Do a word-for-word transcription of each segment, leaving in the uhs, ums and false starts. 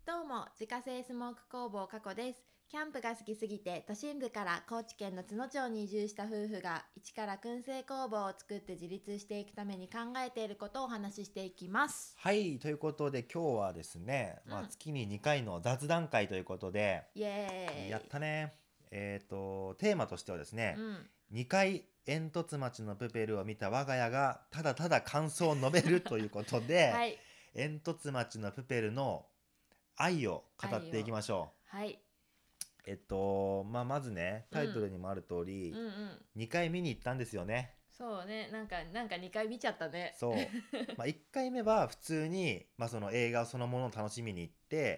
どうも、自家製スモーク工房加古です。キャンプが好きすぎて都心部から高知県の津野町に移住した夫婦が一から燻製工房を作って自立していくために考えていることをお話ししていきます。 はい、ということで今日はですね、まあ、 うん月ににかいの雑談会ということで、 イエーイ。 やったね。えっと、テーマとしてはですね、 うん、 にかい煙突町のプペルを見た我が家がただただ感想を述べるということで、 はい、 煙突町のプペルの愛を語っていきましょはい、 う。えっと、まあ、まずね、タイトルにもある通り、 うんうん、 にかい見に行ったんですよね。 そうね、なんかなんかにかい見ちゃったね。 そう。まあ、いっかいめは普通に、まあ、その映画そのものを楽しみに行って、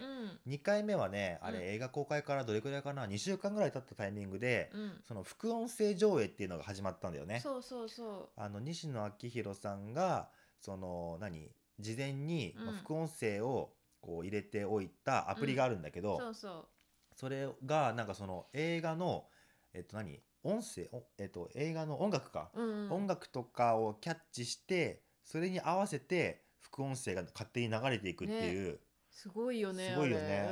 うん、 にかいめはね、あれうん映画公開からどれくらいかな、にしゅうかんぐらい経ったタイミングで、 うん、 その副音声上映っていうのが始まったんだよね。 そうそうそあの西野昭弘さんが、その何、事前にう、うん、 まあ副音声をこう入れておいたアプリがあるんだけど、 そうそそれがなんかその映画の、えっと何、音声、おえっと映画の音楽か。 う、うん、 音楽とかをキャッチしてそれに合わせて副音声が勝手に流れていくっていう、 すごいよね、 すごいよねあれ。うん、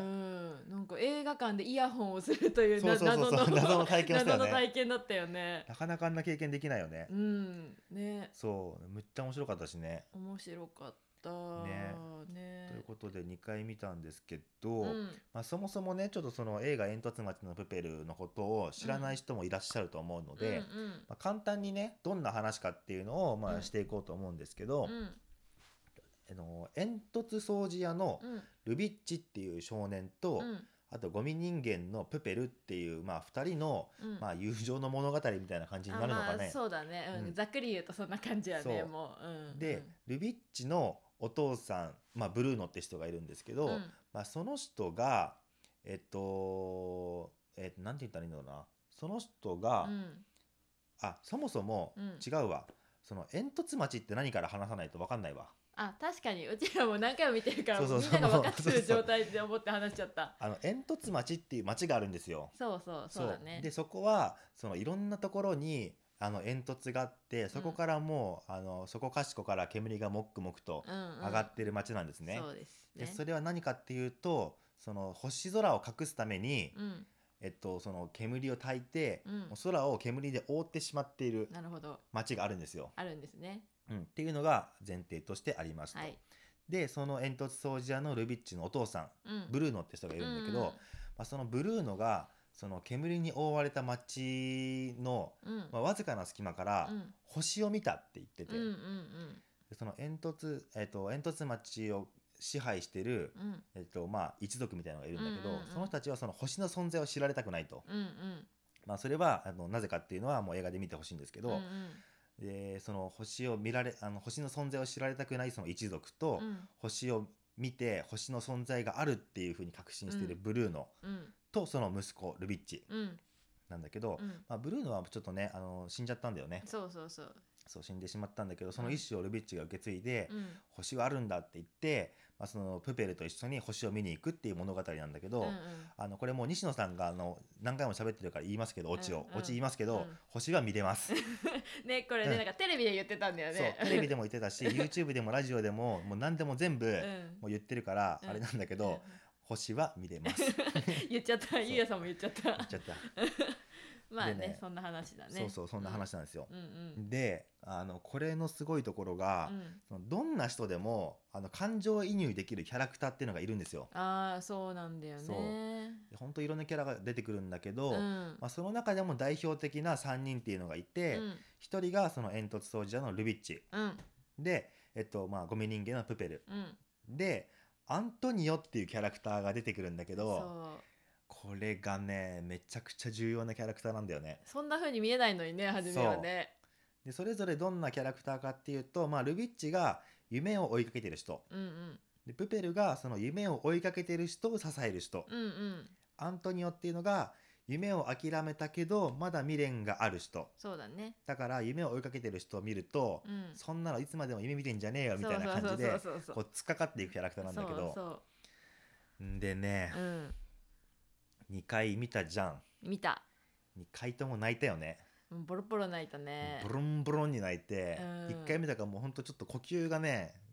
なんか映画館でイヤホンをするというなそうそうそうそう謎の謎の体験をしたよ謎のね。 体験だったよね。 なかなかあんな経験できないよね。 うんね、 そうむっちゃ面白かったしね。 面白かったねね。 ということでにかい見たんですけど、 うんまあ、そもそもねちょっとその映画「煙突町のプペル」のことを知らない人もいらっしゃると思うのうんで、まあ、簡単にねどんな話かっていうのをまうんあしていこうと思うんですけど、 うんあの煙突掃除屋のうんルビッチっていう少年と、 うんあとゴミ人間のプペルっていう、まあ、ふたりの、 うんまあ、友情の物語みたいな感じにあなるのかね。 まあそうだね、うんうんざっくり言うとそんな感じやね。 そうもう、うん、 でルビッチのお父さん、まあ、ブルーノって人がいるんですけど、 うんまあ、その人がえっと、えっと、なんて言ったらいいんだろうな。その人が、 うんあそもそもうん違うわ。その煙突町って何から話さないと分かんないわ。 あ確かにうちらも何回も見てるからそうそうそうみんなが分かってるそうそう状態で思って話しちゃった。 あの煙突町っていう町があるんですよ。 そうそうそうだね。 でそこはそのいろんなところにあの煙突があって、そこからもう、あのそこかしこから煙がもっくもくとうんうん上がってる町なんですね。 そうですね。 でそれは何かっていうと、その星空を隠すために、 うんえっと、その煙を焚いて、 うんもう空を煙で覆ってしまっているなるほど、 町があるんですよ。 あるんですね。 うん、っていうのが前提としてありますと。 はい。 でその煙突掃除屋のルビッチのお父さん、 うんブルーノって人がいるんだけど、まあ、そのブルーノがその煙に覆われた町の、 うんうんまあ、わずかな隙間からうん星を見たって言ってて、 うんうんでその煙突、えっと、煙突町を支配してる、 うんうんえっとまあ、一族みたいなのがいるんだけど、 うんうんうんその人たちはその星の存在を知られたくないと、 うんうんまあ、それはあのなぜかっていうのはもう映画で見てほしいんですけど、 うんうんでその星を見られあの星の存在を知られたくないその一族と、 うん星を見て星の存在があるっていうふうに確信しているブルーノうんとその息子ルビッチうんなんだけど、 うんまあ、ブルーノはちょっとねあの死んじゃったんだよね。 そうそうそう。 そう死んでしまったんだけど、その意思をルビッチが受け継いで、 うん星はあるんだって言って、まあ、そのプペルと一緒に星を見に行くっていう物語なんだけど、 うんうんあのこれもう西野さんがあの何回も喋ってるから言いますけど、オチを、 うんうんオチ言いますけど、 うん星は見れますねこれね、 うんなんかテレビで言ってたんだよそうね。 テレビでも言ってたしYouTube でもラジオでももう何でも全部うんもう言ってるからうんあれなんだけど、 うん星は見れます言っちゃった、ゆうやさんも言っちゃった。 言っちゃったまあねでねそんな話だね。 そうそうそんな話なんですよ、 うんうんであのこれのすごいところが、 うんそのどんな人でもあの感情移入できるキャラクターっていうのがいるんですよ。 ああそうなんだよそうね。 で本当いろんなキャラが出てくるんだけど、 うんまあ、その中でも代表的なさんにんっていうのがいて、 うんひとりがその煙突掃除屋のルビッチうんで、えっとまあ、ゴミ人間のプペルうんでアントニオっていうキャラクターが出てくるんだけど、 そうこれがねめちゃくちゃ重要なキャラクターなんだよね。 そんな風に見えないのにね初めはね。 でそれぞれどんなキャラクターかっていうと、まあ、ルビッチが夢を追いかけてる人うんうんで、プペルがその夢を追いかけてる人を支える人、 うんうんアントニオっていうのが夢を諦めたけどまだ未練がある人そうだね。 だから夢を追いかけてる人を見ると、 うんそんなのいつまでも夢見てんじゃねえよみたいな感じでそうそうそうそうこう突っかかっていくキャラクターなんだけど、 そうんでねそう、うんにかい見たじゃん。 見た。 にかいとも泣いたよね。 ボロボロ泣いたね。 ボロンボロンに泣いて、 うんいっかいめだからもうほんとちょっと呼吸がね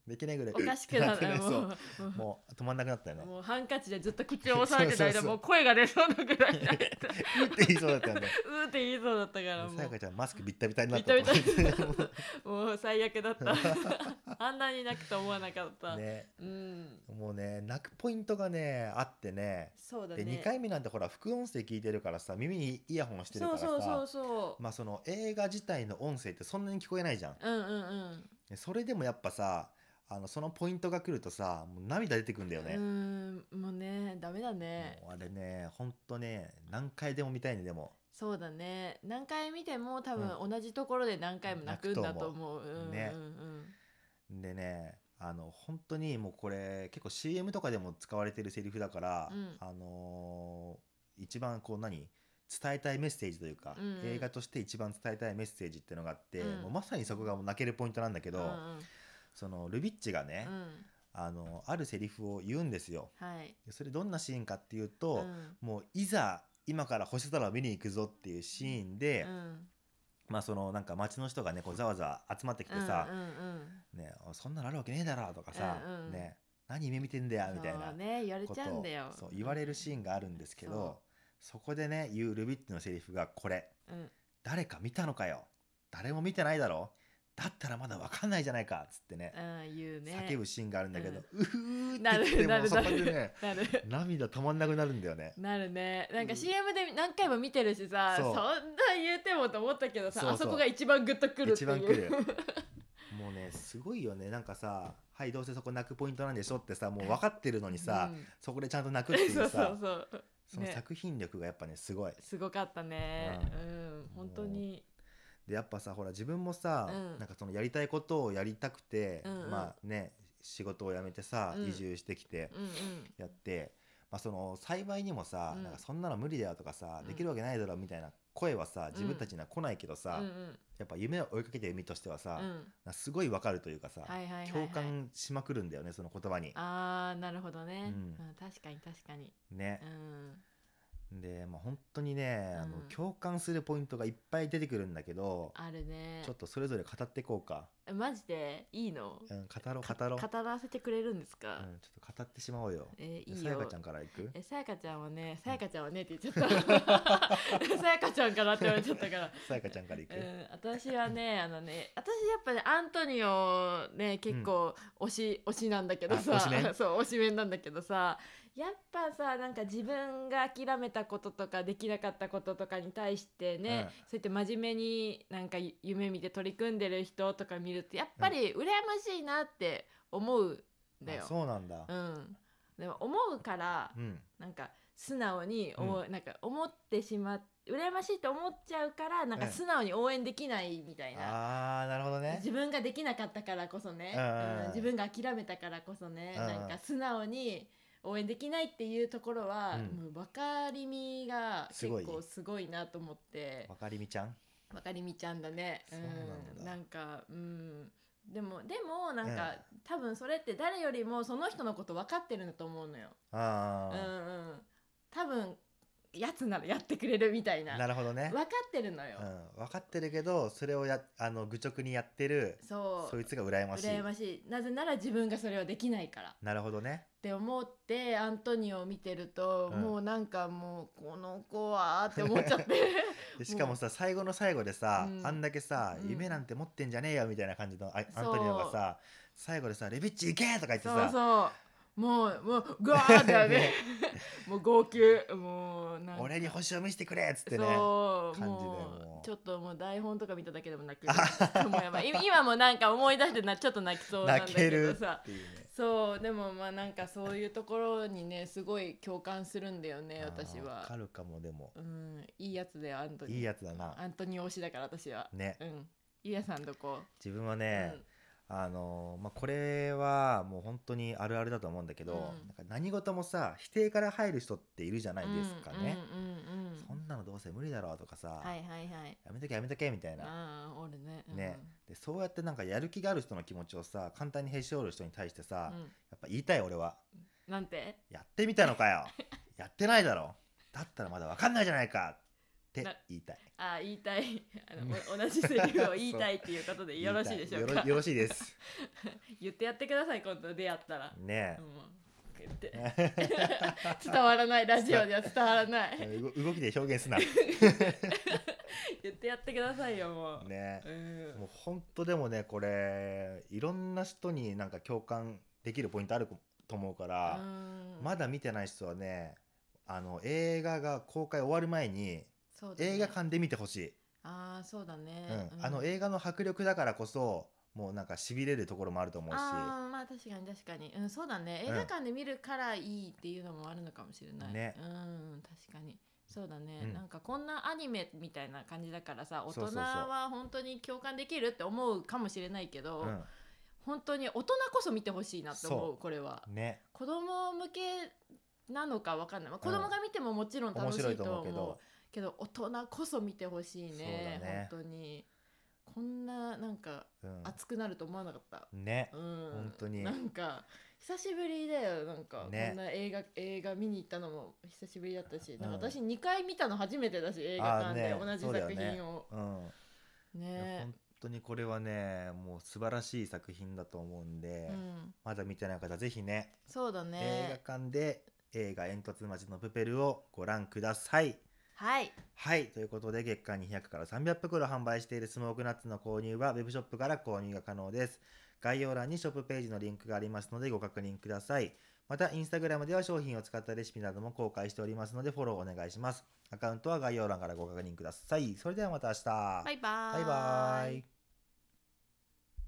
できないぐらいおかしくなる、 ね、 もうそうもう止まんなくなったよね。 もうハンカチでずっと口を押さえてた間そうそうそうもう声が出そうなぐらいになってうって言いそうだったよね。 うーって言いそうだったからもうさやかちゃんマスクビッタビタになったビタビタと思ってもう最悪だったあんなに泣くと思わなかった、 ね、 うんもうね泣くポイントがねあってね。 そうだね。 でにかいめなんてほら副音声聞いてるからさ、耳にイヤホンしてるからさ、 そうそうそうそう、 まあその映画自体の音声ってそんなに聞こえないじゃん。 うんうんうんでそれでもやっぱさ、あのそのポイントが来るとさ、もう涙出てくんだよね。 うーんもうねダメだね。 もうあれね、ほんとね、何回でも見たいね。でもそうだね、何回見ても多分う同じところで何回も泣くんだと思う。 泣くと思ううんうんねうんでね、あの本当にもうこれ結構 シーエム とかでも使われてるセリフだから、 うんあのー一番こう何伝えたいメッセージというか、 うんうん映画として一番伝えたいメッセージっていうのがあって、 うんもうまさにそこがもう泣けるポイントなんだけど、 うんうんそのルビッチがね、 うんあのあるセリフを言うんですよ。 はいでそれどんなシーンかっていうと、 うんもういざ今から星空を見に行くぞっていうシーンで、 うんまあそのなんか街の人がねこうざわざわ集まってきてさ、 うんうんうんね、そんなのあるわけねえだろとかさ、 うんうんね、何夢見てんだよみたいなそうね言われことをちゃうんだよ。 そう言われるシーンがあるんですけそうど、そこでね言うルビッチのセリフがこれ。 うん誰か見たのかよ、誰も見てないだろ、だったらまだ分かんないじゃないかっつってね、 うん言うね。 叫ぶシーンがあるんだけど、 うんうふーってな言ってるなるもうそこでねなる涙止まんなくなるんだよね。 なるね。なんかうんシーエム で何回も見てるしさ、 そそうんな言うてもと思ったけどさ、 そうそうあそこが一番グッとくるっていう。 一番来るもうねすごいよね。なんかさ、はいどうせそこ泣くポイントなんでしょってさ、もう分かってるのにさ、 うんそこでちゃんと泣くっていそううさそうそう。 そのね作品力がやっぱねすごい。 すごかったね。 ううん、本当に。 でやっぱさほら自分もさ、 うんなんかそのやりたいことをやりたくて、 うんうんまあね仕事を辞めてさ、 うん移住してきてうんうん。 やって、まあ、その幸いにもさ、 うんなんかそんなの無理だよとかさ、 うんできるわけないだろみたいな声はさ自分たちには来ないけどさ、 うんうんやっぱ夢を追いかけてる身としてはさ、 うん。 なんかすごいわかるというかさ、 はいはいはいはい。 共感しまくるんだよねその言葉に。 ああなるほどね。 ううんん、確かに確かに。 ねう、ん。 で、まあ、本当にね、あのうん共感するポイントがいっぱい出てくるんだけど、 あるねちょっ。とそれぞれ語っていこうか。 えマジでいいの？ うん、語ろうか語ろう、 語らせてくれるんですか？ うん、ちょっと語ってしまおうよ。 えーいいよさやかちゃ。んからいく？ えさやかちゃんはね、さやかちゃんはねって言っちゃったさやかちゃんからって言われちゃったからさやかちゃんからいく？ うん、私はねあのね私やっぱねアントニオね結構推し、推しなんだけどさあ推しメンそう推しメンなんだけどさ、やっぱさなんか自分が諦めたこととかできなかったこととかに対してね、 うんそうやって真面目になんか夢見て取り組んでる人とか見るとやっぱり羨ましいなって思うんだよあ。そうなんだ。 うん、でも思うからうん、 なんか素直に思う、 うなんか思ってしまっ羨ましいと思っちゃうからなんかうん素直に応援できないみたいな、 あーなるほどね。 自分ができなかったからこそね、 うんうんうんうん自分が諦めたからこそね、 うんうんなんか素直に応援できないっていうところは、 うんもう分かりみがすごい結構すごいなと思ってわかりみちゃん。 分かりみちゃんだね。 そうなんだなんかうんでもでもなんか、 うん多分それって誰よりもその人のこと分かってるんだと思うのよ。 あうんうん、多分やつならやってくれるみたいなあ、なるほどね分。かってるのよ、 うん、分かってるけどそれをやあの愚直にやってるそうそいつが羨ましい。 羨ましい。なぜなら自分がそれをできないからっなるほどね。 て思ってアントニオを見てると、 うんもうなんかもうこの子はって思っちゃってでしかもさ最後の最後でさ、 うんあんだけさ、 うん夢なんて持ってんじゃねえよみたいな感じのあアンそうトニオがさ最後でさ「レビッチ行け!」とか言ってそうさそうもうもうガーってねねもう号泣もうなんか俺に星を見せてくれっつってね。 そう感じでももううちょっともう台本とか見ただけでも泣けるもうやばい今今もなんか思い出してなちょっと泣きそうなんだ泣けけるっどさていうね。 そうでもまあなんかそういうところにねすごい共感するんだよね私あーわはかるかも。でもうんいいやつだよアントニーいいやつだなアントニー推しだから私はね。 うんゆうやさんどこ？ 自分はね、あのまあ、これはもう本当にあるあるだと思うんだけど、 うんなんか何事もさ否定から入る人っているじゃないですかね。 うんうんうんうんそんなのどうせ無理だろうとかさ、 はいはいはいやめとけやめとけみたいな、 ああおるねうんねでそうやってなんかやる気がある人の気持ちをさ簡単にへし折る人に対してさ、 うんやっぱ言いたい俺は。 なんてやってみたのかよやってないだろだったらまだ分かんないじゃないかって言いたい。 あ言いたいあの同じセリフを言いたいっていうことでよろしいでしょうか。 よろよろしいです言ってやってください今度出会ったらねえ、 うん言って伝わらないラジオでは伝わらない動きで表現すな言ってやってくださいよもうね、 うん、 もう本当でもねこれいろんな人になんか共感できるポイントあると思うから、 うんまだ見てない人はねあの映画が公開終わる前にそうだね、 映画館で見てほしい。 ああそうだね、 うんうんあの映画の迫力だからこそもうなんかしびれるところもあると思うし、 あーまあ確かに確かに、うん、そうだね映画館で見るからいいっていうのもあるのかもしれない、 ねうん確かにそうだね、 うんなんかこんなアニメみたいな感じだからさ大人そうそうそうは本当に共感できるって思うかもしれないけど、 うん本当に大人こそ見てほしいなって思そうこれはね子供向けなのかわかんない、まあ、子供が見てももちろん楽しい面白いとと思う思うけど、 けど大人こそ見てほしいねそうだね本当にこんななんかうん熱くなると思わなかった、 ねうん、 本当になんか久しぶりだよなんか、 ねこんな映画映画見に行ったのも久しぶりだったし、なんかうん私にかい見たの初めてだし映画館であーね同じそうだよ作ね品をうんね本当にこれはねもう素晴らしい作品だと思うんで、 うん、 まだ見てない方ぜひねそうだ映ね画館で映画煙突町のプペルをご覧ください。 はいはいということで月間にひゃくからさんびゃく袋販売しているスモークナッツの購入はウェブショップから購入が可能です。概要欄にショップページのリンクがありますのでご確認ください。またインスタグラムでは商品を使ったレシピなども公開しておりますのでフォローお願いします。アカウントは概要欄からご確認ください。それではまた明日。 バイバーイバイバーイ。